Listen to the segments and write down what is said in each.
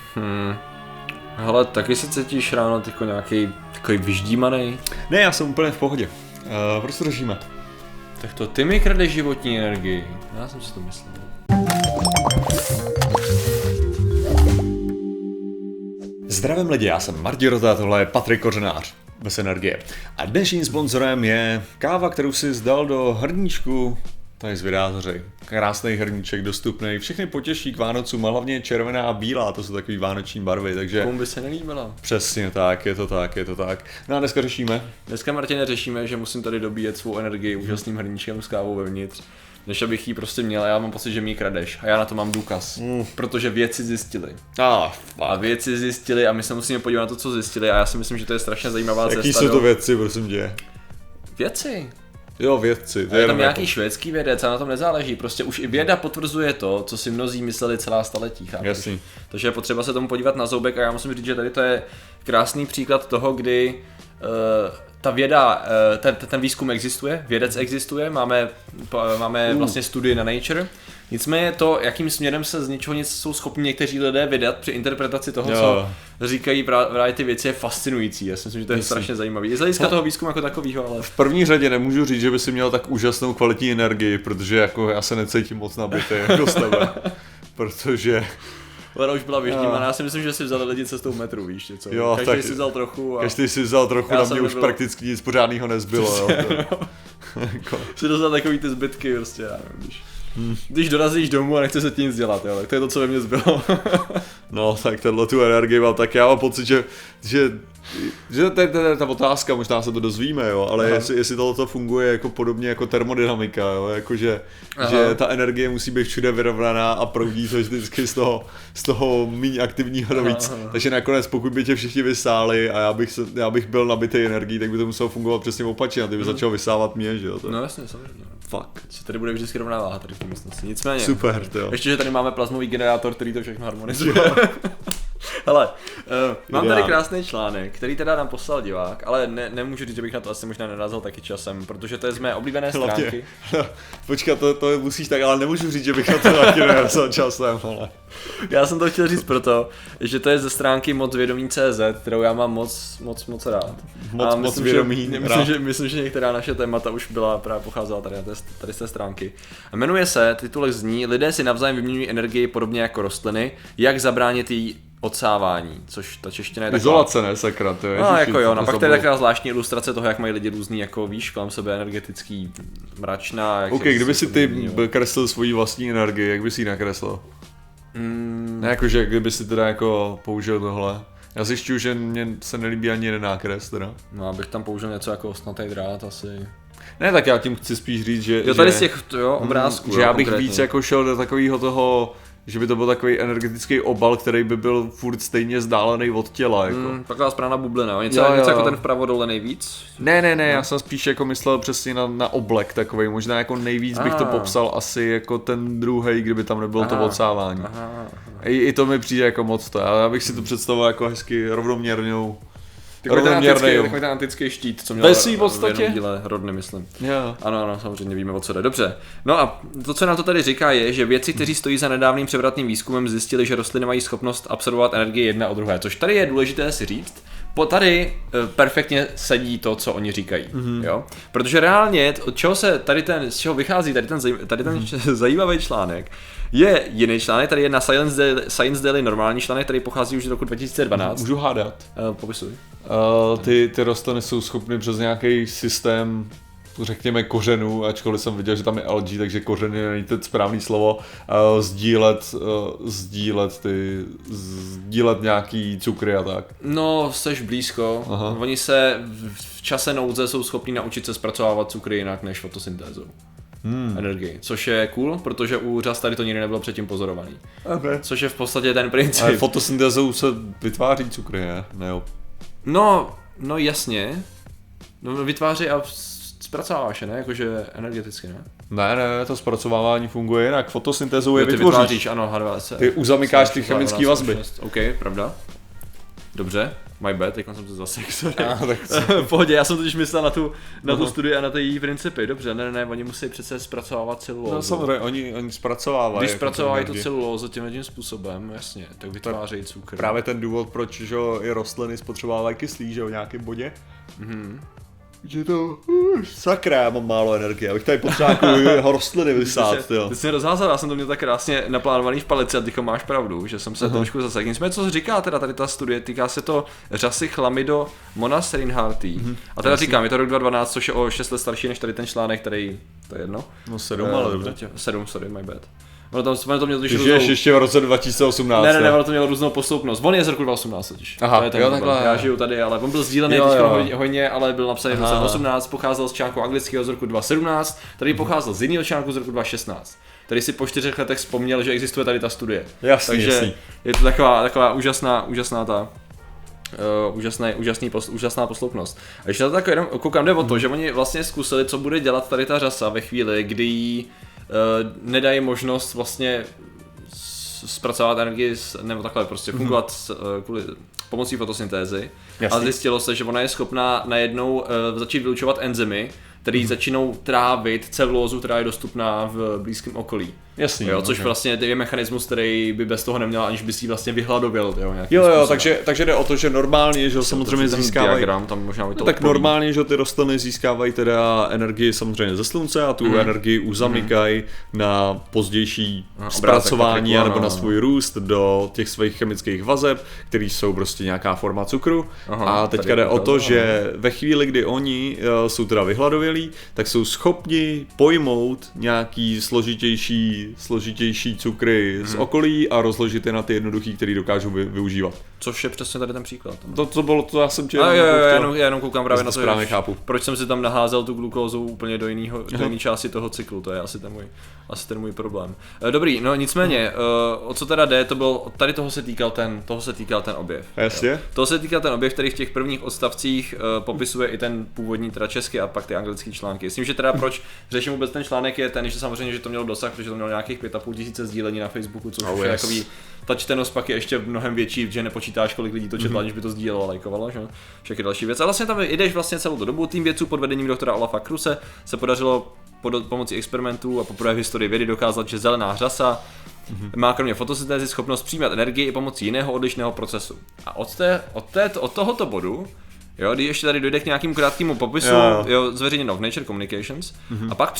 Hele, taky se cítíš ráno jako nějaký takový vyždímanej? Ne, já jsem úplně v pohodě. Prostě držíme. Tak to ty mi kradeš životní energii. Já jsem si to myslel. Zdravím lidi, já jsem Martin Rota, tohle je Patrik Kořenář bez energie. A dnešním sponzorem je káva, kterou si zdal do hrníčku tady z Vydátoři. Krásný hrníček, dostupný, všechny potěší k Vánocům, a hlavně červená a bílá, to jsou takový vánoční barvy, takže... Komu by se nelíbila? Přesně tak, je to tak. No a dneska řešíme? Dneska, Martine, řešíme, že musím tady dobíjet svou energii úžasným hrníčkem s kávou vevnitř, než abych ji prostě měl, a já mám pocit, že mi ji kradeš a já na to mám důkaz, protože vědci zjistili. A vědci zjistili a my se musíme podívat na to, co zjistili, a já si myslím, že to je strašně zajímavá cesta. Jaký jsou to vědci, prosím tě? Vědci. Jo, vědci. To je tam nějaký švédský vědec a na tom nezáleží, prostě už i věda potvrzuje to, co si mnozí mysleli celá staletí. Jasný. Takže je potřeba se tomu podívat na zoubek, a já musím říct, že tady to je krásný příklad toho, kdy ta věda, ten výzkum existuje, vědec existuje, máme vlastně studii na Nature. Nicméně to, jakým směrem se z ničeho nic jsou schopni někteří lidé vydat při interpretaci toho, co říkají právě ty věci, je fascinující. Já si myslím, že to je strašně zajímavý. I z hlediska toho výzkumu jako takového, ale... V první řadě nemůžu říct, že by si měl tak úžasnou kvalitní energii, protože jako já se necítím moc nabitý jako z tebe. Protože... Lena už byla vyždímaná, já si myslím, že si vzali lidi cestou metru, víš něco. Jo, každý si vzal trochu a... Každý si vzal trochu, na mě už prakticky nic pořádného nezbylo. Si dostal takový ty zbytky, prostě, já nevím, když dorazíš domů a nechce se ti nic dělat, jo, tak to je to, co ve mně zbylo. No, tak tenhle tu energii mám, tak já mám pocit, že to je ta otázka, možná se to dozvíme, jo, ale jestli tohle funguje jako podobně jako termodynamika, jo, jakože že ta energie musí být všude vyrovnaná a proudí to vždycky z toho méně aktivního do víc. Takže nakonec, pokud by tě všichni vysáli a já bych byl nabitý energií, tak by to muselo fungovat přesně opačně a ty by začal vysávat mě, že jo. No jasně, samozřejmě. Fuck. Tady bude vždycky rovná váha tady v té místnosti. Nicméně. Super, jo. Ještě, že tady máme plazmový generátor, který to všechno harmonizuje. Hele, mám tady krásný článek, který teda nám poslal divák, ale nemůžu říct, že bych na to asi možná narazil taky časem, protože to je z mé oblíbené stránky. Počkat, to musíš tak, ale nemůžu říct, že bych na to taky narazil časem, ale... Já jsem to chtěl říct proto, že to je ze stránky mocvědomí.cz, kterou já mám moc rád. Myslím, že některá naše témata už právě pocházela tady z té stránky. A jmenuje se, titulek zní: Lidé si navzájem vyměňují energii podobně jako rostliny, jak zabránit její odsávání, což ta čeština je taková... Izolace, ne, sakra, to je... No, jako jo, no, pak to je taková zvláštní ilustrace toho, jak mají lidi různý, jako víš, kolem sebe energetický, mračná... Kdyby si ty kreslil svoji vlastní energii, jak bys ji nakreslil? Ne, jakože kdyby si teda jako použil tohle. Já zjišťuju, že mně se nelíbí ani jeden nákres teda. No, abych tam použil něco jako ostnatý drát asi... Ne, tak já tím chci spíš říct, že... Jo, tady z těch obrázků, že já bych víc jako šel do takového toho... Že by to byl takový energetický obal, který by byl furt stejně vzdálený od těla. Jako. Taková správná bublina, něco jako ten vpravo dole nejvíc? Ne, já jsem spíš jako myslel přesně na oblek takový. Možná jako nejvíc bych to popsal asi jako ten druhej, kdyby tam nebylo to odsávání. I to mi přijde jako moc to. Já bych si to představoval jako hezky rovnoměrnou. Takový ten antický štít, co měl v podstatě díle Rodny, myslím. Jo. Ano, samozřejmě víme, o co jde. Dobře. No a to, co nám to tady říká, je, že vědci, kteří stojí za nedávným převratným výzkumem, zjistili, že rostliny mají schopnost absorbovat energii jedna od druhé. Což tady je důležité si říct. Tady perfektně sedí to, co oni říkají, jo? Protože reálně, z čeho vychází tady ten zajímavý článek, je jiný článek, tady je na Science Daily normální článek, který pochází už z roku 2012. Můžu hádat? Popisuj. Ty rostliny jsou schopny přes nějaký systém, řekněme kořenů, ačkoliv jsem viděl, že tam je algae, takže kořeny není to správný slovo, sdílet nějaký cukry a tak. No, seš blízko. Aha. Oni se v čase nouze jsou schopni naučit se zpracovávat cukry jinak než fotosyntézou. Energii, což je cool, protože u řas tady to nikdy nebylo předtím pozorovaný. Okay. Což je v podstatě ten princip. Ale fotosyntézou se vytváří cukry, ne? Jo. No jasně. No vytváří a zpracováváš je, ne? Jakože energeticky, ne? Ne, to zpracovávání funguje jinak. Fotosyntézou je vytvoříš. Vytváříš, ano, H2SO. Ty uzamykáš ty chemické vazby. OK, pravda. Dobře. My bad, teď jsem to zase tak v pohodě, já jsem totiž myslel na tu studii a na ty její principy. Dobře, ne, oni musí přece zpracovávat celulózu. No samozřejmě, oni zpracovávají. Když zpracovávají tu celulózu tím způsobem, jasně, tak vytvářejí cukr. Právě ten důvod, proč že i rostliny spotřebovávají kyslík, že v nějakém bodě. Že to, sakra, já mám málo energie, abych tady potřeboval rostliny vysát, Ty jsi mě rozházal, já jsem to měl tak krásně naplánovaný v palici a tycho máš pravdu, že jsem se trošku zasekl. Nicméně, co říká teda tady ta studie, týká se to řasy Chlamydo monas reinhardti. A teda říkám, je to rok 2012, což je o 6 let starší než tady ten článek, který, to je jedno. No 7, ale dobře. 7, sorry, my bad. Ono to mělo totiž různou... ještě v roce 2018. Ne, ono to mělo různou posloupnost. On je z roku 2018 totiž. Aha, to je ten takhle. Já žiju tady, ale on byl sdílený hodně, ale byl napsaný v roce 2018, pocházel z článku anglického z roku 2017, tady pocházel z jiného článku z roku 2016. Tady si po 4 letech vzpomněl, že existuje tady ta studie. Takže je to taková úžasná ta úžasná posloupnost. A ještě na to tak jenom koukám, jde o to, že oni vlastně zkusili, co bude dělat tady ta řasa ve chvíli, kdy jí nedají možnost vlastně zpracovat energii, nebo takhle prostě fungovat kvůli pomocí fotosyntézy. Jasný. A zjistilo se, že ona je schopná najednou začít vylučovat enzymy, které začínou trávit celulózu, která je dostupná v blízkém okolí. Jasný, jo, což vlastně je mechanismus, který by bez toho neměl, aniž by si vlastně vyhladověl. Takže jde o to, že normálně, že samozřejmě získávají diagram, tam možná to tak normálně, že ty rostliny získávají teda energii samozřejmě ze slunce a tu energii už zamykají na pozdější zpracování nebo na svůj růst do těch svých chemických vazeb, které jsou prostě nějaká forma cukru. A teďka jde o to, že ve chvíli, kdy oni jsou teda vyhladovělí, tak jsou schopni pojmout nějaký složitější cukry z okolí a rozložit je na ty jednoduchý, který dokážou využívat. Což je přesně tady ten příklad. To já jsem tě jenom koukám právě na to, správně chápu. Proč jsem si tam naházel tu glukózu úplně do jiné části toho cyklu, to je asi ten můj problém. Dobrý, no nicméně, o co teda jde, to bylo, tady toho se týkal ten objev. Jasně. Toho se týkal ten objev, který v těch prvních odstavcích popisuje i ten původní teda český a pak ty anglické články. Myslím, že teda proč řeším vůbec ten článek je ten, že samozřejmě, že to mělo dosah, protože to mělo nějakých 5,5 tisíce sdílení na Facebooku, což je takový, ta čtenost pak je ještě mnohem větší, že nepočítáš, kolik lidí to četlo, aniž by to sdílelo a lajkovalo, že? Všechny další věci. A vlastně tam jdeš vlastně celou tu dobu, tým vědců pod vedením doktora Olafa Kruse se podařilo pomocí experimentů a poprvé v historii vědy dokázat, že zelená řasa má kromě fotosyntézy schopnost přijímat energii i pomocí jiného odlišného procesu. A od tohoto bodu, jo, když ještě tady dojde k nějakému krátkému popisu, jo, zveřejněno v Nature Communications, a pak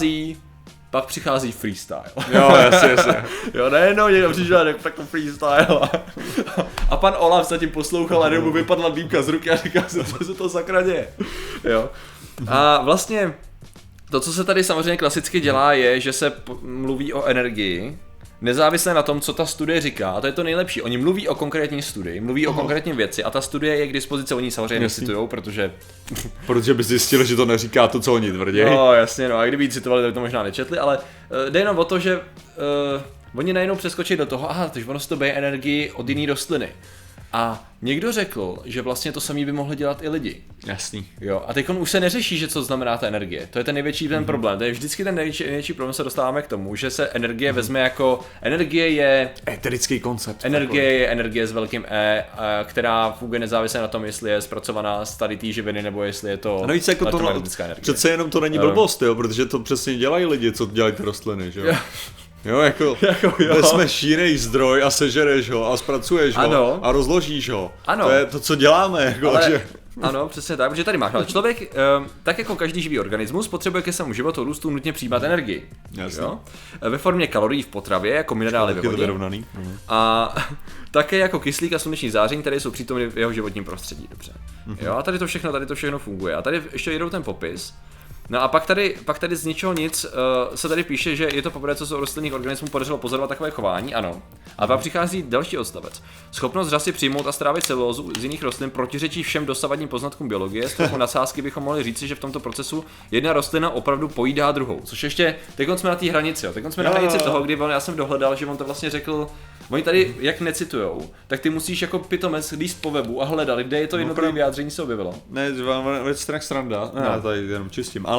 přichází freestyle. Jo, jasně. Jo, nejenom někdo přišel jako takový freestyle. A pan Olaf se tím poslouchal a jenom mu vypadla dýmka z ruky a říká se, co se to sakra děje. Jo. A vlastně to, co se tady samozřejmě klasicky dělá, je, že se mluví o energii, nezávisle na tom, co ta studie říká, a to je to nejlepší. Oni mluví o konkrétní studii, mluví o konkrétní věci a ta studie je k dispozici, oni samozřejmě necitujou, protože by zjistili, že to neříká to, co oni tvrdí. No jasně, no a kdyby ji citovali, tak by to možná nečetli, ale jde jenom o to, že oni najednou přeskočí do toho, takže ono si to bere energii od jiný rostliny. A někdo řekl, že vlastně to samý by mohli dělat i lidi. Jasný. Jo, a teď už se neřeší, že co znamená ta energie. To je ten největší problém. To je vždycky ten největší problém, se dostáváme k tomu, že se energie vezme jako energie je eterický koncept. Energie je energie s velkým E, která funguje nezávisle na tom, jestli je zpracovaná z tady té živiny nebo jestli je to elektromagnetická energie. Přece jenom to není blbost, jo, protože to přesně dělají lidi, co dělají ty rostliny, že jo. Jo, jako vezmeš jiný zdroj a sežereš ho a zpracuješ ho a rozložíš ho. Ano. To je to, co děláme. Jako, ale, že... Ano, přesně tak, protože tady máš. Člověk, tak jako každý živý organismus, potřebuje ke svému životu růstu nutně přijímat energii. Jo? Ve formě kalorií v potravě, jako minerály ve vodě. A také jako kyslík a sluneční záření, které jsou přítomny v jeho životním prostředí. Dobře. Jo, a tady to všechno funguje. A tady ještě jedou ten popis. No a pak tady z ničeho nic se tady píše, že je to poprvé, co se u rostlinných organismů podařilo pozorovat takové chování, ano. A pak přichází další odstavec. Schopnost řasy přijmout a strávit celulózu z jiných rostlin protiřečí všem dosavadním poznatkům biologie. Z toho nadsázky bychom mohli říci, že v tomto procesu jedna rostlina opravdu pojídá druhou. Což ještě, teď jsme na té hranici, jo. Teď jsme na hranici toho, kdy já jsem dohledal, že on to vlastně řekl. Oni tady, jak necitujou, tak ty musíš jako pitomec líst po webu a hledat, kde je to jednotlivé vyjádření se objevilo. Ne, je sranda, ne, tady jenom čistím, ale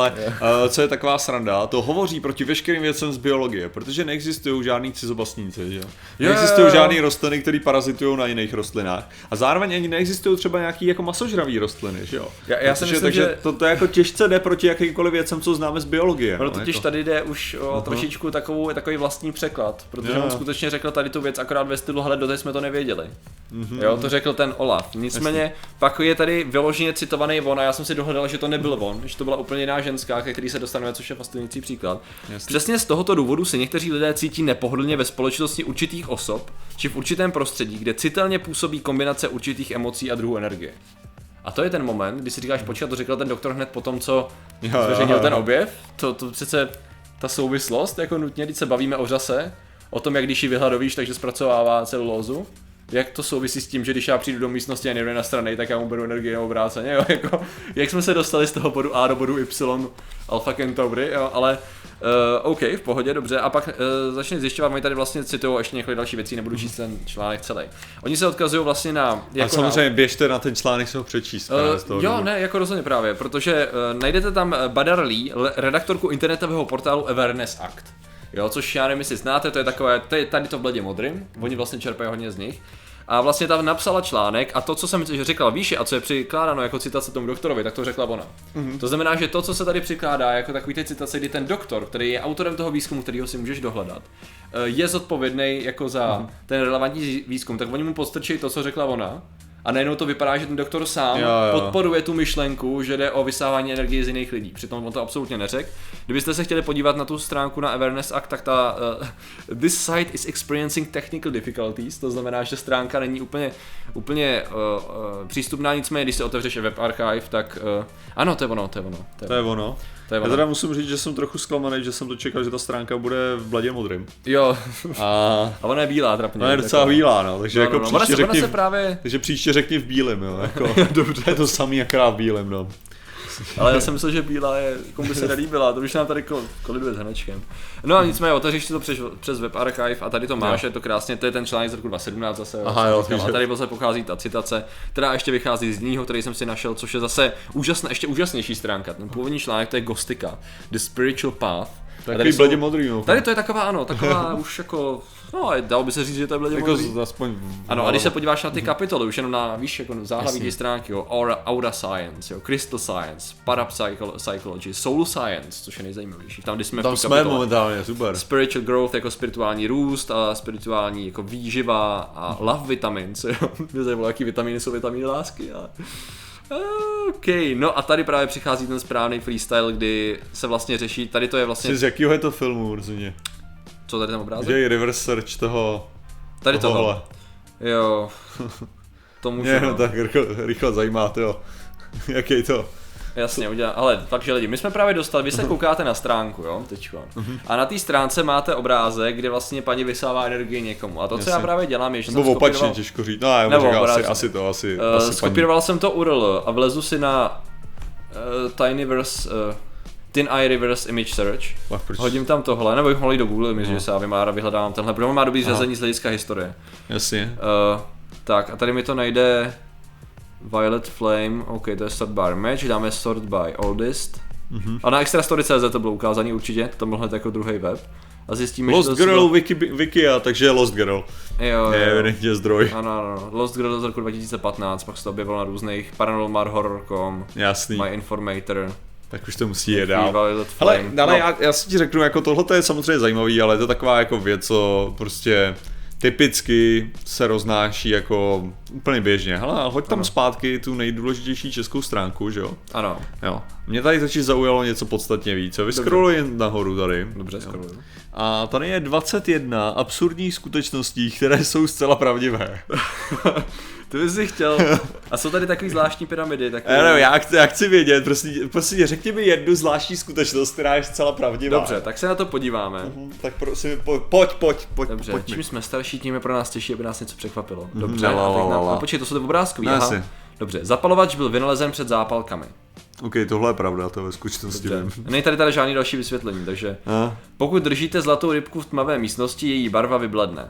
ale co je taková sranda, to hovoří proti veškerým věcem z biologie, protože neexistují žádný cizobasníci, že jo? Neexistují žádný rostliny, které parazitují na jiných rostlinách. A zároveň ani neexistují třeba nějaký jako masožravý rostliny, že jo? Já si myslím, takže že to jako těžce jde proti jakýmkoliv věcem, co známe z biologie. Proto totiž jako. tady jde už o trošičku takový vlastní překlad, protože on skutečně řekl tady tu věc akorát ve stylu, hele, doteď jsme to nevěděli. Jo, to řekl ten Olaf. Nicméně pak je tady vyloženě citovaný on a já jsem si dohledal, že to nebyl on, že to byla úplně jiná ženská, ke který se dostaneme, což je fascinující příklad. Jasně. Přesně z tohoto důvodu se někteří lidé cítí nepohodlně ve společnosti určitých osob či v určitém prostředí, kde citelně působí kombinace určitých emocí a druhů energie. A to je ten moment, kdy si říkáš, počkat, to řekl ten doktor hned po tom, co zveřejnil ten objev. To přece ta souvislost, jako nutně, když se bavíme o řase, o tom, jak když ji vyhladovíš, takže zpracovává celulózu. Jak to souvisí s tím, že když já přijdu do místnosti a někdo je na straně, tak já mu beru energii nebo obráceně, jo, jako, jak jsme se dostali z toho bodu A do bodu Y, Alpha Centauri, jo, ale OK, v pohodě, dobře, a pak začne zjišťovat, oni tady vlastně citují ještě několik dalších věcí, nebudu číst ten článek celý. Oni se odkazují vlastně na... Jako a samozřejmě běžte na ten článek si ho přečíst. Ne, jako rozhodně právě, protože najdete tam Badar Lee, redaktorku internetového portálu Awareness Act. Jo, což já nevím, jestli znáte, to je takové, tady to v bledě modrým, oni vlastně čerpají hodně z nich. A vlastně tam napsala článek a to, co jsem řekla výše a co je přikládáno jako citace tomu doktorovi, tak to řekla ona. To znamená, že to, co se tady přikládá jako takový ty citace, kdy ten doktor, který je autorem toho výzkumu, kterýho si můžeš dohledat, je zodpovědný jako za ten relevantní výzkum, tak oni mu podstrčí to, co řekla ona. A najednou to vypadá, že ten doktor sám podporuje tu myšlenku, že jde o vysávání energie z jiných lidí. Přitom on to absolutně neřekl. Kdybyste se chtěli podívat na tu stránku na Awareness Act, tak ta this site is experiencing technical difficulties, to znamená, že stránka není úplně přístupná, nicméně když se otevřeš Web Archive, tak ano, to je ono. Já teda musím říct, že jsem trochu zklamaný, že jsem to čekal, že ta stránka bude v bledě modrým. Jo. A ona je bílá trapně. Ona je docela bílá, no, takže jako příště řekni, právě... takže příště řekni v bílém, jo, jako. Dobře. Je to samý akorát v bílém, no. Ale já jsem myslel, že bílá je, komu by se nelíbila, to už nám tady koliduje s hnečkem. No a nicméně otevřeš si to přes Web Archive a tady to máš, je to krásně, to je ten článek z roku 2017 zase. Aha, jo, a tady zase pochází ta citace, která ještě vychází z jiného, který jsem si našel, což je zase ještě úžasnější stránka. Ten původní článek, to je Gostika, The Spiritual Path. Takový bledě modrý, no. Tady to je taková už jako, no, dalo by se říct, že to je bledě modrý. Jako aspoň... Ano, a když se podíváš na ty kapitoly, už jenom na, víš, jako záhlaví té stránky, jo, Aura Science, jo, Crystal Science, Parapsychology, Soul Science, což je nejzajímavější. Tam, když jsme tam v tu jsme momentálně, super. Spiritual growth, jako spirituální růst a spirituální jako výživa a love vitamins, jo. Mě zajímalo, jaký vitamíny jsou vitamíny lásky, ale... OK, no a tady právě přichází ten správný freestyle, kdy se vlastně řeší, tady to je vlastně... Z jakého je to filmu, rozhodně? Co tady ten obrázek? Že je reverse search toho... Tady tohle. Jo, to můžu. Mě no tak rychle zajímá, jo. Jaký to? Jasně, udělám. Ale takže lidi, my jsme právě dostali, vy se koukáte na stránku, jo, teďko. A na té stránce máte obrázek, kde vlastně paní vysává energii někomu. A to, co já právě dělám, je, že jsem opačně, těžko říct. No, asi skopíroval jsem to URL a vlezu si na TinEye Reverse Image Search. Hodím tam tohle, nebo bych mohl jít do Google Image, že se já vyhledávám tenhle, protože on má dobrý řazení z hlediska historie. Jasně. Tak a tady mi to najde Violet Flame, OK, to je sort by match, dáme sort by oldest. A na extrastory.cz to bylo ukázané určitě, to byl hned jako druhý web. A zjistíme, Lost že to Girl Wikia, takže je Lost Girl. Jo. Je evidentně zdroj. Ano. Lost Girl z roku 2015, pak se to objevilo na různých Paranormal Horror.com, Jasný. My Informator. Tak už to musí jít dál. Ale já si ti řeknu, jako tohle je samozřejmě zajímavý, ale je to taková jako věc, co prostě typicky se roznáší jako úplně běžně. Hele, hoď tam zpátky tu nejdůležitější českou stránku, že jo? Ano. Jo. Mě tady začít zaujalo něco podstatně víc. Vyskroluji nahoru tady. Dobře, scrolluji. A tady je 21 absurdních skutečností, které jsou zcela pravdivé. Ty bys si chtěl. A jsou tady takový zvláštní pyramidy. Takový... Já chci vědět, prostě řekni mi jednu zvláštní skutečnost, která je zcela pravdivá. Dobře, tak se na to podíváme. Tak prosím, pojď. Dobře, čím jsme starší, tím je pro nás těžší, aby nás něco překvapilo. Dobře, a počkej, to jsou ty obrázkový, aha. Dobře, zapalovač byl vynalezen před zápalkami. OK, tohle je pravda, to je ve skutečnosti. Není tady žádný další vysvětlení, takže pokud držíte zlatou rybku v tmavé místnosti, její barva vybledne.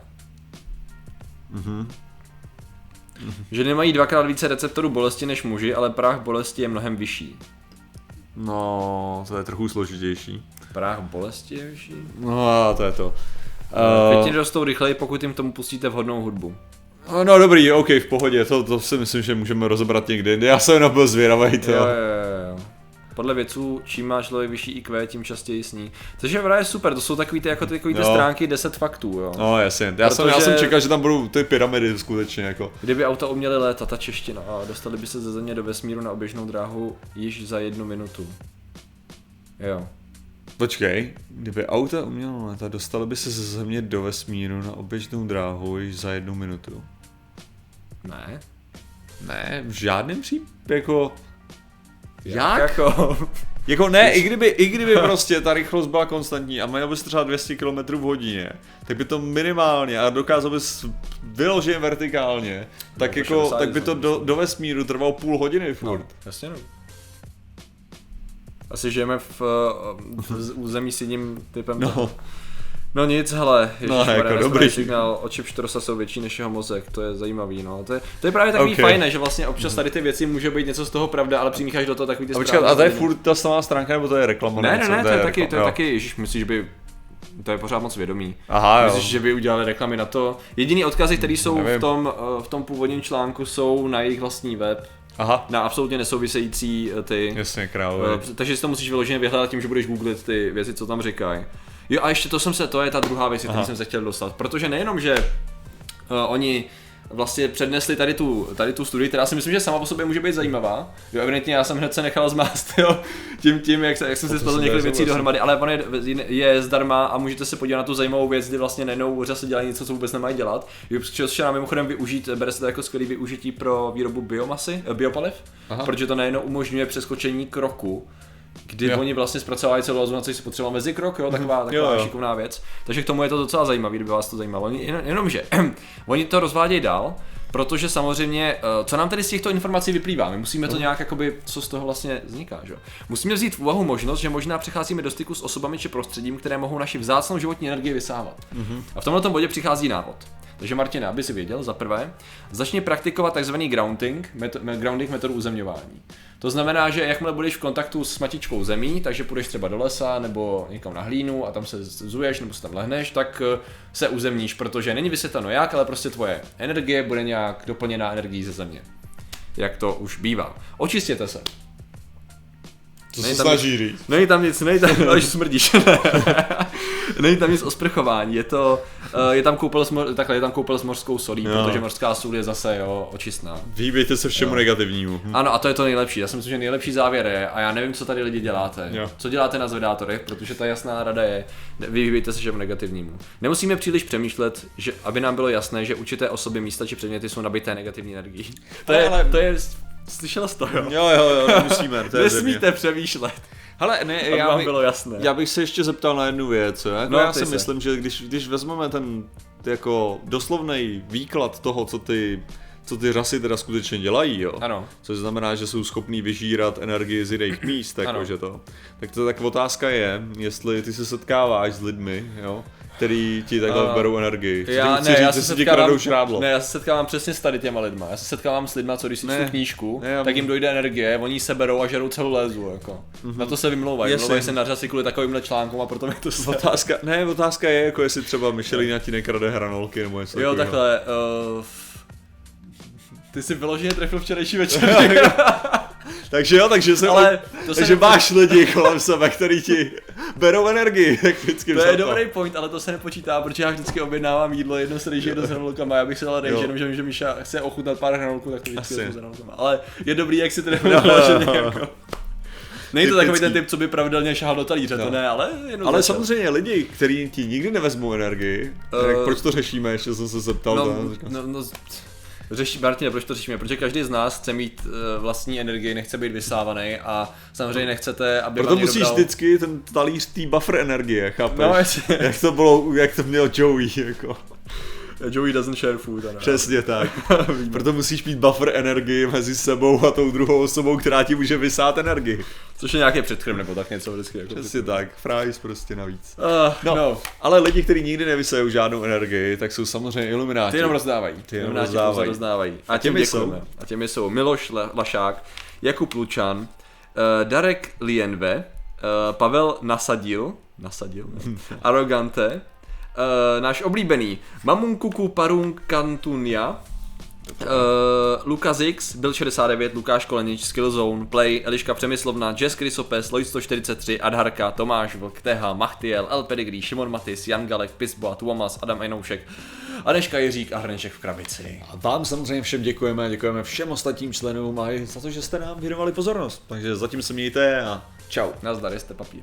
Ženy mají dvakrát více receptorů bolesti než muži, ale práh bolesti je mnohem vyšší. No, to je trochu složitější. Práh bolestivější? No a to je to. Květiny rostou rychleji, pokud jim tomu pustíte vhodnou hudbu. No dobrý, OK, v pohodě, to si myslím, že můžeme rozebrat někdy. Já jsem jenom byl zvědavej, to. Jo. Podle vědců, čím má člověk vyšší IQ, tím častěji sní. Což je právě super, to jsou takový ty stránky 10 faktů, jo. No jasně, já jsem čekal, že tam budou ty pyramidy skutečně jako. Kdyby auta uměly létat, ta čeština, a dostali by se ze Země do vesmíru na oběžnou dráhu již za 1 minutu. Jo. Počkej, kdyby auta umělo létat, dostali by se ze Země do vesmíru na oběžnou dráhu již za 1 minutu. Ne. Ne, v žádném případě, jako... Jak? Jako ne, i kdyby prostě ta rychlost byla konstantní a měl bys třeba 200 km v hodině, tak by to minimálně a dokázal bys vyloženě vertikálně, tak jako, tak by to do vesmíru trvalo půl hodiny furt. No, jasně no. Asi žijeme v území s jedním typem. No nic, hele, jako dobrý signál, oči pštrosa jsou větší než jeho mozek, to je zajímavý, no. To je právě takový fajné, že vlastně občas tady ty věci může být něco z toho pravda, ale přimícháš do toho takový ty správné. A to je furt ta samá stránka, nebo to je reklama? Ne, to je taky, ježiš, myslíš, že by, to je pořád moc vědomý. Aha, myslíš, že by udělali reklamy na to? Jediný odkazy, které jsou v tom původním článku, jsou na jejich vlastní web. Aha. Na absolutně nesouvisející ty. Jasně, králové. Takže si to musíš vyloženě vyhledat tím, že budeš googlit ty věci, co tam říkají. Jo a ještě to je ta druhá věc, kterou jsem se chtěl dostat, protože nejenom, že oni vlastně přednesli tady tu studii, která si myslím, že sama o sobě může být zajímavá. Jo, evidentně já jsem hned se nechal zmást, jo, tím jak jsem si spadl několik věcí dohromady, ale on je zdarma a můžete se podívat na tu zajímavou věc, kdy vlastně najednou úřady dělají něco, co vůbec nemají dělat. Což je mimochodem využít, bere se to jako skvělý využití pro výrobu biopaliv, protože to najednou umožňuje přeskočení kroku, kdy oni vlastně zpracovávají celou azu, na co si potřeboval mezikrok, taková šikovná věc. Takže k tomu je to docela zajímavý, kdyby vás to zajímalo. Jenomže oni to rozvádějí dál, protože samozřejmě, co nám tady z těchto informací vyplývá, my musíme to nějak, jakoby, co z toho vlastně vzniká, že? Musíme vzít v úvahu možnost, že možná přecházíme do styku s osobami či prostředím, které mohou naši vzácnou životní energii vysávat. A v tomto bodě přichází návod. Takže Martina, aby si věděl, za prvé, začni praktikovat takzvaný grounding metodu uzemňování. To znamená, že jakmile budeš v kontaktu s matičkou zemí, takže půjdeš třeba do lesa nebo někam na hlínu a tam se zuješ nebo se tam lehneš, tak se uzemníš, protože není vysvětleno jak, ale prostě tvoje energie bude nějak doplněná energií ze země. Jak to už bývá. Očistěte se. To se snaží říct. Není tam nic, až smrdíš. Není tam nic o sprchování, je tam koupel s mořskou solí, protože mořská sůl je zase očistná. Vyhýbejte se všemu negativnímu. Ano, a to je to nejlepší. Já si myslím, že nejlepší závěr je, a já nevím, co tady lidi děláte. Co děláte na zvedátorech, protože ta jasná rada je, vyhýbejte se všemu negativnímu. Nemusíme příliš přemýšlet, že aby nám bylo jasné, že určité osoby, místa či předměty jsou nabité negativní energií. To je slyšel jsi to, jo? Jo, nemusíme. Nesmíte přemýšlet. Hele, ne, bylo jasné. Já bych se ještě zeptal na jednu věc, jo? Jako já si myslím, že když vezmeme ten jako doslovnej výklad toho, co ty rasy teda skutečně dělají, jo? Ano. Což znamená, že jsou schopní vyžírat energii z jiných míst, jakože to. Tak otázka je, jestli ty se setkáváš s lidmi, jo? Který ti takhle berou energii. Já se setkávám přesně s tady těma lidma. Já se setkávám s lidma, co když si čtu knížku, tak jim dojde energie, oni se berou a žerou celou lézu, jako. Na to se vymlouvají. Vymlouvají se na řasy kvůli takovýmhle článkům a proto mi to se... Otázka je, jako jestli třeba Michelina ti nekrade hranolky nebo něco takového. Jo, takhle. Ty jsi vyloženě trefil včerejší večer. Takže máš lidi kolem sebe, který ti berou energii, tak vždycky. To je dobrý point, ale to se nepočítá, protože já vždycky objednávám jídlo, jedno s rejži, jedno s hranolkama, já bych si dal rejži, jenom že Míša chce ochutnat pár hranolků, tak to vždycky s hranolkama. Ale je dobrý, jak si to nevyloženě jako. Není to takový ten typ, co by pravidelně šahal do talíře, to ne, ale jenom ale samozřejmě lidi, kteří ti nikdy nevezmou energii, proč to řešíme, ještě jsem se zeptal. Martine, proč to řešíme? Protože každý z nás chce mít vlastní energii, nechce být vysávaný a samozřejmě nechcete, aby proto musíš vždycky ten talíř té buffer energie, chápeš? No, jak to měl Joey, jako. Joey doesn't share food, ano. Přesně tak. Proto musíš mít buffer energii mezi sebou a tou druhou osobou, která ti může vysát energii. Což je nějaký předkrm nebo tak něco vždycky. Jako přesně tak, fries prostě navíc. Ale lidi, kteří nikdy nevysajou žádnou energii, tak jsou samozřejmě ilumináti. Ty jenom rozdávají. A těmi jsou Miloš Lašák, Jakub Lučan, Darek Lienve, Pavel Nasadil, Arrogante, náš oblíbený Mamunkuku Parun Kantunia, Lukas X, Bill 69, Lukáš Kolenič, Skillzone, Play, Eliška Přemyslovna, Jess Krysopes, Lloyd 143, Adharka, Tomáš Vlk, Teha, Machtiel, El Pedigree, Šimon Matis, Jan Galek, Pisboa, Tuomas, Adam Enoušek, Aneška Jiřík a Hrneček v krabici. A vám samozřejmě všem děkujeme všem ostatním členům a i za to, že jste nám věnovali pozornost. Takže zatím se mějte a čau. Nazdar, jste papír.